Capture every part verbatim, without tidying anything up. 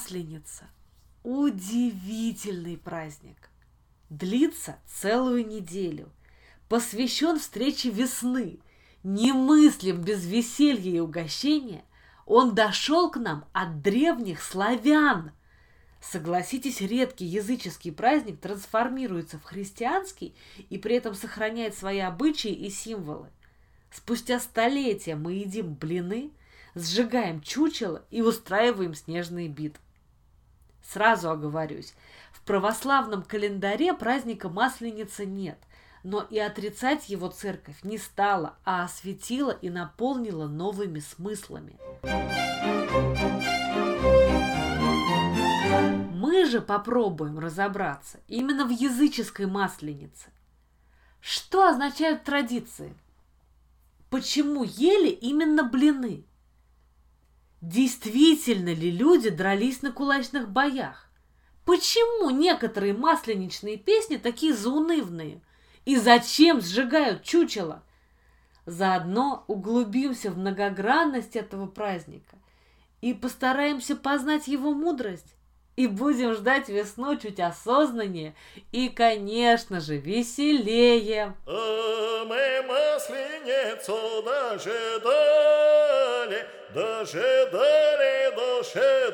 Масленица – удивительный праздник. Длится целую неделю. Посвящен встрече весны. Немыслим без веселья и угощения. Он дошел к нам от древних славян. Согласитесь, редкий языческий праздник трансформируется в христианский и при этом сохраняет свои обычаи и символы. Спустя столетия мы едим блины, сжигаем чучело и устраиваем снежные битвы. Сразу оговорюсь, в православном календаре праздника Масленицы нет, но и отрицать его церковь не стала, а осветила и наполнила новыми смыслами. Мы же попробуем разобраться именно в языческой Масленице. Что означают традиции? Почему ели именно блины? Действительно ли люди дрались на кулачных боях? Почему некоторые масленичные песни такие заунывные? И зачем сжигают чучело? Заодно углубимся в многогранность этого праздника и постараемся познать его мудрость. И будем ждать весну чуть осознаннее и, конечно же, веселее. А мы масленицу дожидали, дожидали, души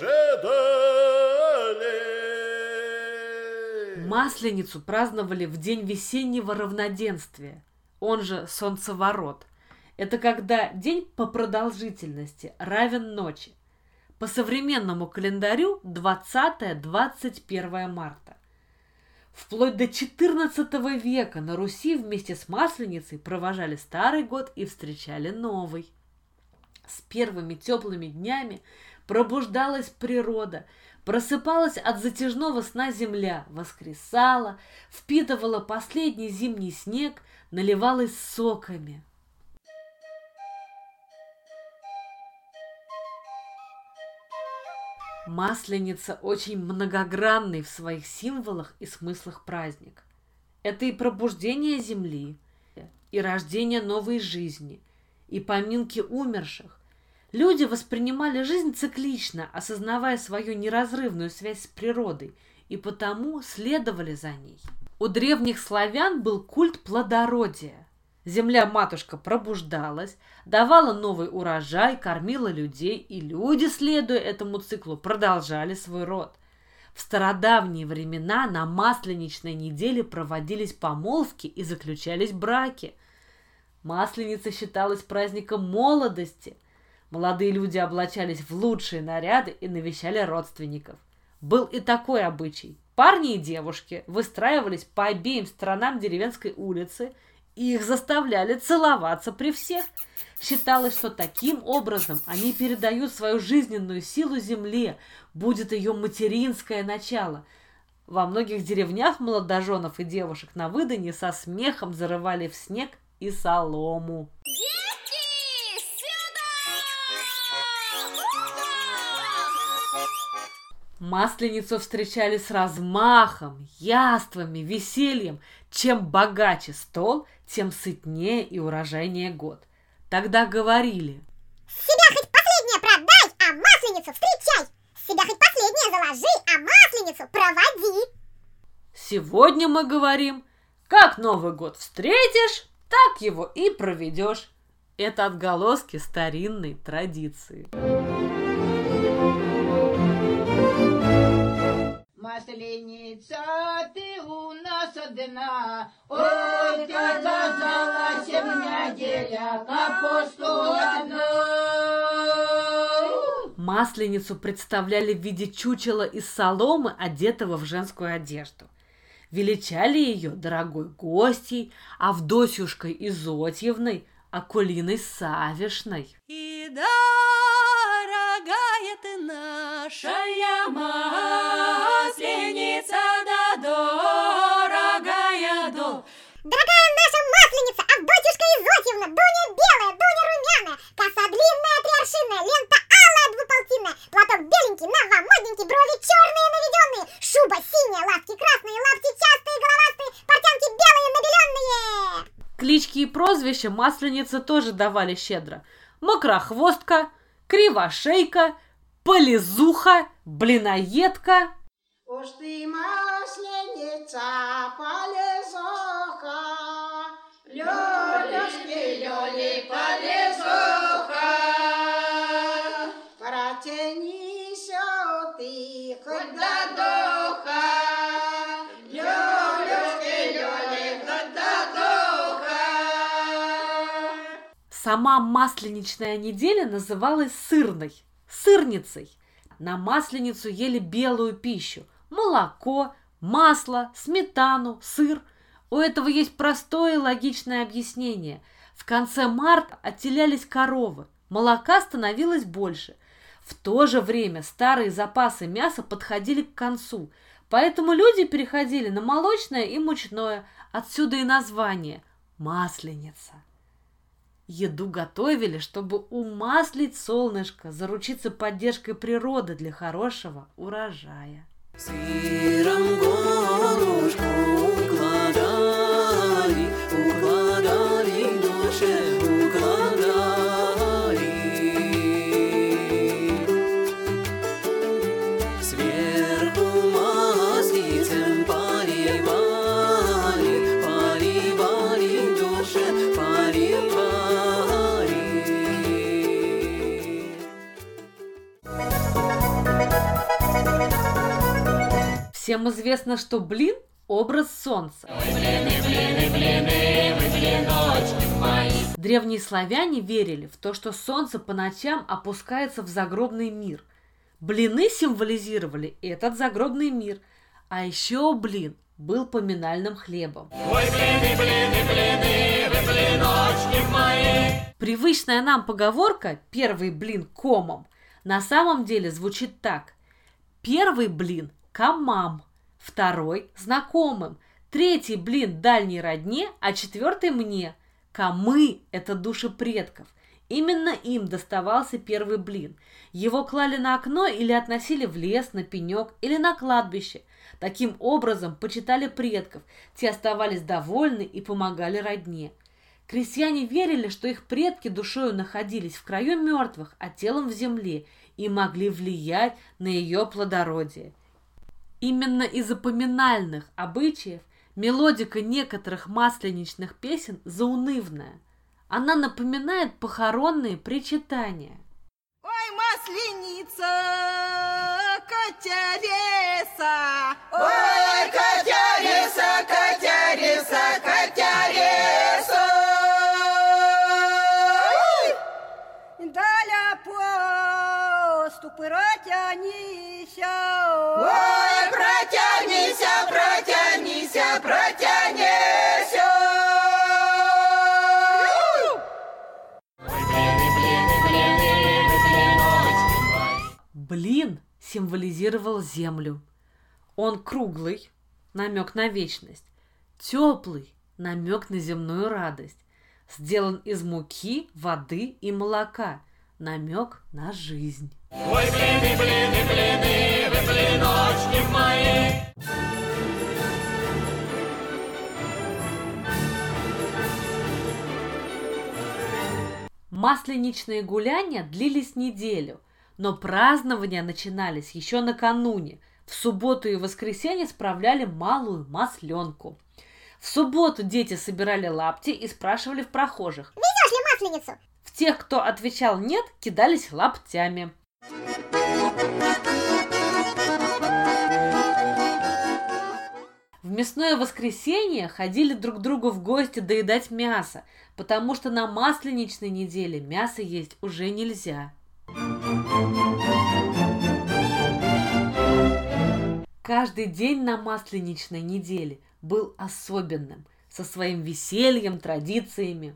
дожидали. Масленицу праздновали в день весеннего равноденствия, он же солнцеворот. Это когда день по продолжительности равен ночи. По современному календарю двадцатое-двадцать первое марта. Вплоть до четырнадцатого века на Руси вместе с Масленицей провожали Старый год и встречали Новый. С первыми теплыми днями пробуждалась природа, просыпалась от затяжного сна земля, воскресала, впитывала последний зимний снег, наливалась соками. Масленица очень многогранный в своих символах и смыслах праздник. Это и пробуждение земли, и рождение новой жизни, и поминки умерших. Люди воспринимали жизнь циклично, осознавая свою неразрывную связь с природой, и потому следовали за ней. У древних славян был культ плодородия. Земля-матушка пробуждалась, давала новый урожай, кормила людей, и люди, следуя этому циклу, продолжали свой род. В стародавние времена на масленичной неделе проводились помолвки и заключались браки. Масленица считалась праздником молодости. Молодые люди облачались в лучшие наряды и навещали родственников. Был и такой обычай. Парни и девушки выстраивались по обеим сторонам деревенской улицы, и их заставляли целоваться при всех. Считалось, что таким образом они передают свою жизненную силу земле, будет ее материнское начало. Во многих деревнях молодоженов и девушек на выданье со смехом зарывали в снег и солому. Дети, сюда! Масленицу встречали с размахом, яствами, весельем. Чем богаче стол, тем сытнее и урожайнее год. Тогда говорили: себя хоть последнее продай, а масленицу встречай! Себя хоть последнее заложи, а масленицу проводи! Сегодня мы говорим: как Новый год встретишь, так его и проведешь. Это отголоски старинной традиции. Масленица, ты у нас одна, ой, ты казалась мне деля, капусту одну. Масленицу представляли в виде чучела из соломы, одетого в женскую одежду. Величали ее дорогой гостьей, Авдосьюшкой Изотьевной, Акулиной Савишной. И дорогая ты нашая масленица, да дорогая до. Дорогая наша масленица, Авдотьюшка Изотьевна, Дуня белая, Дуня румяная, коса длинная, триаршинная, лента алая двуполтинная, платок беленький, новомодненький, брови черные наведенные, шуба синяя, лапки красные, лапти частые, головастые, портянки белые, набеленные. Клички и прозвища Масленицы тоже давали щедро. Мокрохвостка, Кривошейка, полезуха, блиноедка. Уж ты масленица, полезуха, Лёлюшки, Лёли, полезуха, протянись ты хоть до духа, Лёлюшки, Лёли, хоть до духа. Сама масленичная неделя называлась сырной, сырницей. На масленицу ели белую пищу – молоко, масло, сметану, сыр. У этого есть простое и логичное объяснение. В конце марта отелялись коровы, молока становилось больше. В то же время старые запасы мяса подходили к концу, поэтому люди переходили на молочное и мучное, отсюда и название – масленица. Еду готовили, чтобы умаслить солнышко, заручиться поддержкой природы для хорошего урожая. Сыром горушку укладали, укладали, душе укладали. Сверху маслицем поливали, поливали, душе поливали. Всем известно, что блин – образ солнца. Древние славяне верили в то, что солнце по ночам опускается в загробный мир. Блины символизировали этот загробный мир, а еще блин был поминальным хлебом. Ой, блины, блины, блины, вы блиночки мои. Привычная нам поговорка «первый блин комом» на самом деле звучит так. Первый блин – комам, второй – знакомым, третий блин – дальней родне, а четвертый – мне. Комы – это души предков. Именно им доставался первый блин. Его клали на окно или относили в лес, на пенек или на кладбище. Таким образом почитали предков, те оставались довольны и помогали родне. Крестьяне верили, что их предки душою находились в краю мертвых, а телом в земле, и могли влиять на ее плодородие. Именно из-за поминальных обычаев мелодика некоторых масленичных песен заунывная. Она напоминает похоронные причитания. Ой, масленица, Катя-реса, ой, Катя-реса, Катя-реса, Катя-реса, даля поступы протянися, ой, протянися, протянися, протянися. Блин символизировал землю. Он круглый, намек на вечность, теплый, намек на земную радость, сделан из муки, воды и молока, намек на жизнь. Ой, блины, блины, блины, вы блиночки мои. Масленичные гуляния длились неделю, но празднования начинались еще накануне. В субботу и воскресенье справляли малую масленку. В субботу дети собирали лапти и спрашивали в прохожих: Везешь ли масленицу? В тех, кто отвечал «нет», кидались лаптями. В мясное воскресенье ходили друг к другу в гости доедать мясо, потому что на масленичной неделе мясо есть уже нельзя. Каждый день на масленичной неделе был особенным, со своим весельем, традициями.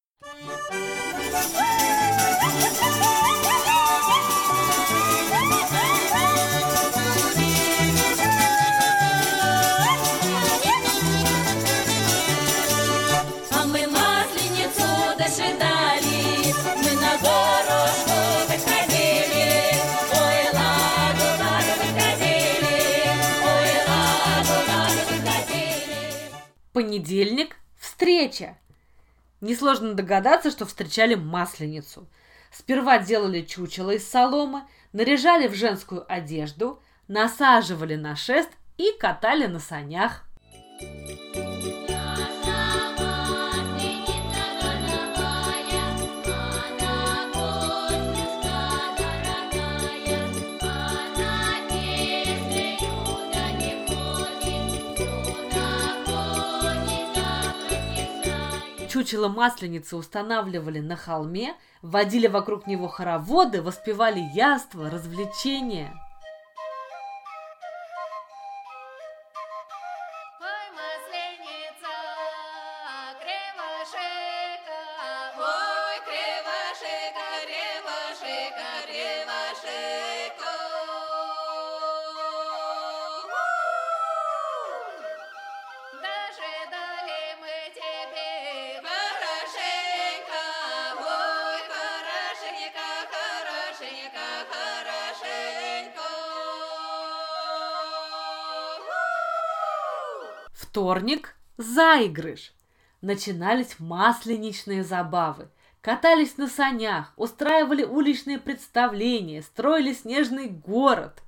А мы масленицу дожидали, мы на горошку выходили. Ой, ладу, ладу, выходили. Ой, ладу, ладу, выходили. Понедельник – встреча. Несложно догадаться, что встречали масленицу. Сперва делали чучело из соломы, наряжали в женскую одежду, насаживали на шест и катали на санях. Чучело Масленицы устанавливали на холме, водили вокруг него хороводы, воспевали яства, развлечения. Ой, Масленица, кривошейка, ой, кривошейка, кривошейка, кривошейка. Дожидали мы тебе, хорошенько, ой, хорошенько, хорошенько, хорошенько. Вторник – заигрыш. Начинались масленичные забавы. Катались на санях, устраивали уличные представления, строили снежный город.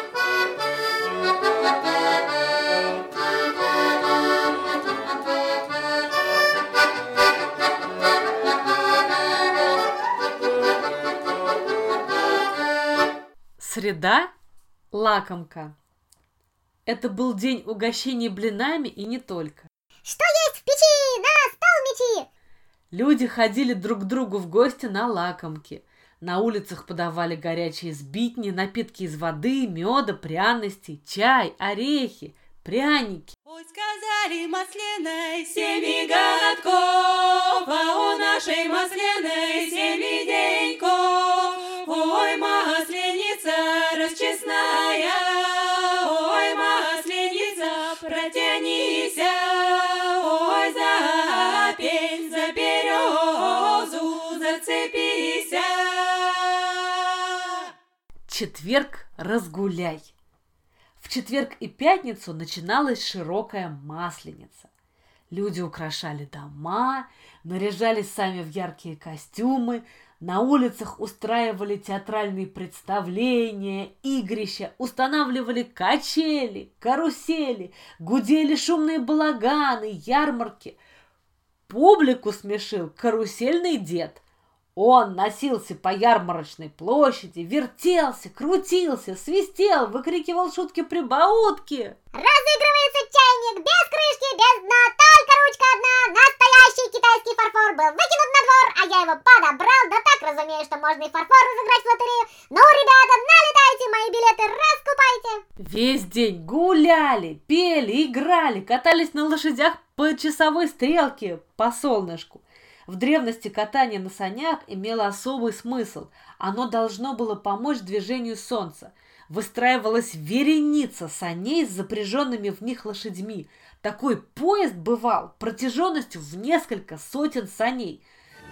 Среда – лакомка. Это был день угощений блинами и не только. Что есть в печи? На стол мечи! Люди ходили друг к другу в гости на лакомки. На улицах подавали горячие сбитни, напитки из воды, меда, пряностей, чай, орехи, пряники. Ой, сказали масляной семь годков, а у нашей масляной семь деньков. Ой, масленица расчестная, ой, масленица, протянися, ой, за пень, за березу зацепися. Четверг – разгуляй. В четверг и пятницу начиналась широкая масленица. Люди украшали дома, наряжались сами в яркие костюмы, на улицах устраивали театральные представления, игрища, устанавливали качели, карусели, гудели шумные балаганы, ярмарки. Публику смешил карусельный дед. Он носился по ярмарочной площади, вертелся, крутился, свистел, выкрикивал шутки-прибаутки. Разыгрывается чайник без крышки, без дна, только ручка одна. Настоящий китайский фарфор был выкинут на двор, а я его подобрал. Да так, разумею, что можно и фарфор разыграть в лотерею. Ну, ребята, налетайте, мои билеты раскупайте. Весь день гуляли, пели, играли, катались на лошадях по часовой стрелке, по солнышку. В древности катание на санях имело особый смысл. Оно должно было помочь движению солнца. Выстраивалась вереница саней с запряженными в них лошадьми. Такой поезд бывал протяженностью в несколько сотен саней.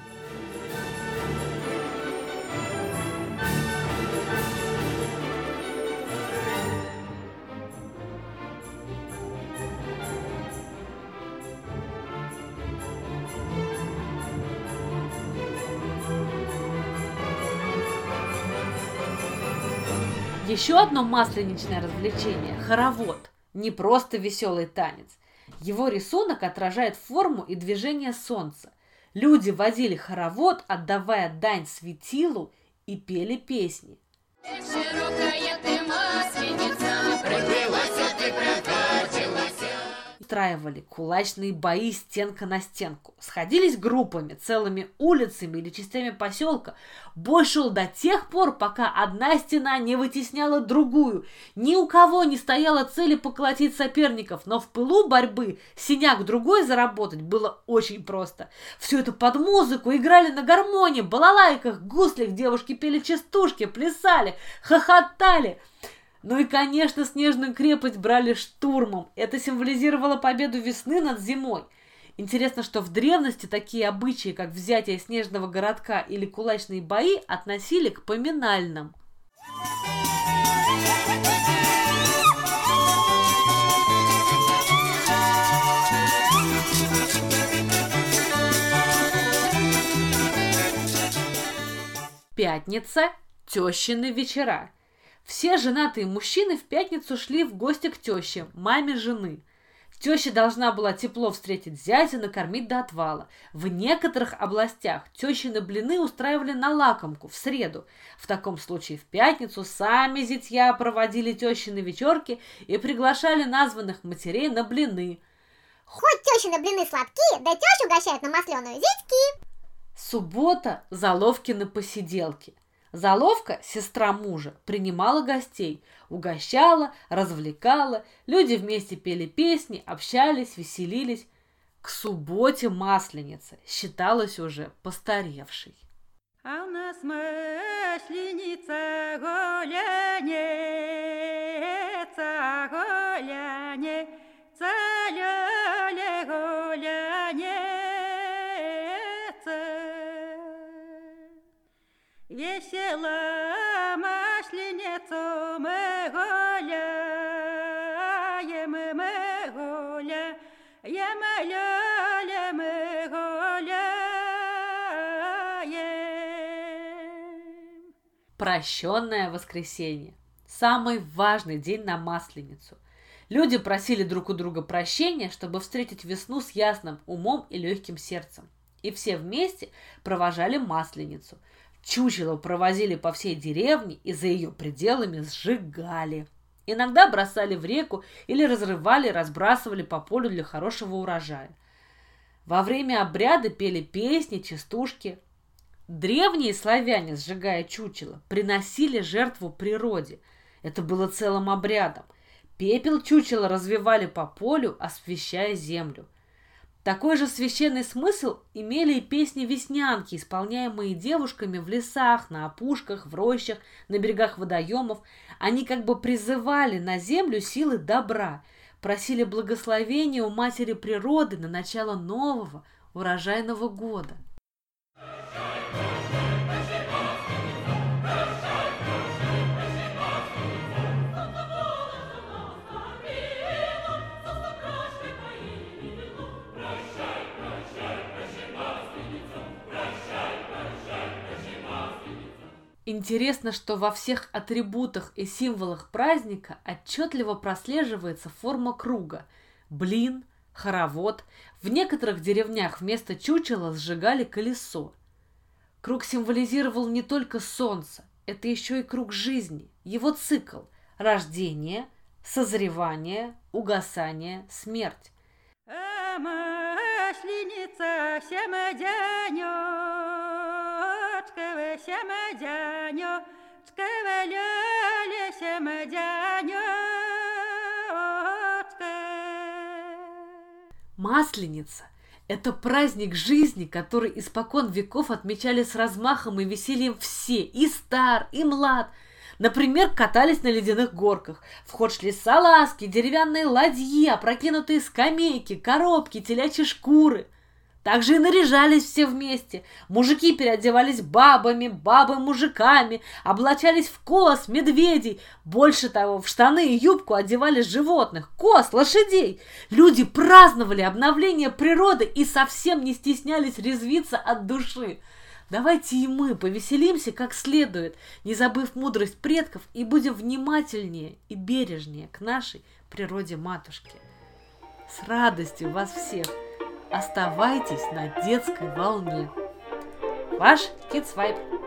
Еще одно масленичное развлечение – хоровод. Не просто веселый танец. Его рисунок отражает форму и движение солнца. Люди водили хоровод, отдавая дань светилу, и пели песни. Широкая ты масленица, прикрылась, ты прокатилась. Устраивали кулачные бои стенка на стенку. Сходились группами, целыми улицами или частями поселка. Бой шел до тех пор, пока одна стена не вытесняла другую. Ни у кого не стояло цели поколотить соперников, но в пылу борьбы синяк другой заработать было очень просто. Все это под музыку, играли на гармонии, балалайках, гуслях, девушки пели частушки, плясали, хохотали. Ну и, конечно, снежную крепость брали штурмом. Это символизировало победу весны над зимой. Интересно, что в древности такие обычаи, как взятие снежного городка или кулачные бои, относили к поминальным. Пятница – тещины вечера. Все женатые мужчины в пятницу шли в гости к теще, маме жены. Теща должна была тепло встретить зятя, накормить до отвала. В некоторых областях тещины блины устраивали на лакомку в среду. В таком случае в пятницу сами зятья проводили тещины вечерки и приглашали названных матерей на блины. Хоть тещины блины сладкие, да тещу угощают на масленую зятьки. Суббота – Заловкины посиделки. Заловка, сестра мужа, принимала гостей, угощала, развлекала, люди вместе пели песни, общались, веселились. К субботе Масленица считалась уже постаревшей. А у нас Масленица гулянеца, гулянеца, ля-ля гулянеца. Весела Масленицу мы гуляем, мы гуляем, ля-ля мы гуляем. Прощенное воскресенье. Самый важный день на Масленицу. Люди просили друг у друга прощения, чтобы встретить весну с ясным умом и легким сердцем. И все вместе провожали Масленицу. Чучело провозили по всей деревне и за ее пределами сжигали. Иногда бросали в реку или разрывали, разбрасывали по полю для хорошего урожая. Во время обряда пели песни, частушки. Древние славяне, сжигая чучело, приносили жертву природе. Это было целым обрядом. Пепел чучела развивали по полю, освещая землю. Такой же священный смысл имели и песни-веснянки, исполняемые девушками в лесах, на опушках, в рощах, на берегах водоемов. Они как бы призывали на землю силы добра, просили благословения у матери природы на начало нового урожайного года. Интересно, что во всех атрибутах и символах праздника отчетливо прослеживается форма круга. Блин, хоровод. В некоторых деревнях вместо чучела сжигали колесо. Круг символизировал не только солнце, это еще и круг жизни, его цикл – рождение, созревание, угасание, смерть. А Масленица семиденёчка, семиденёчка, ля-ля семиденёчка. Масленица – это праздник жизни, который испокон веков отмечали с размахом и весельем все, и стар, и млад. Например, катались на ледяных горках. В ход шли салазки, деревянные ладьи, опрокинутые скамейки, коробки, телячьи шкуры. Также и наряжались все вместе. Мужики переодевались бабами, бабы мужиками, облачались в коз, медведей. Больше того, в штаны и юбку одевали животных, коз, лошадей. Люди праздновали обновление природы и совсем не стеснялись резвиться от души. Давайте и мы повеселимся как следует, не забыв мудрость предков, и будем внимательнее и бережнее к нашей природе-матушке. С радостью вас всех! Оставайтесь на детской волне. Ваш Kids Vibe.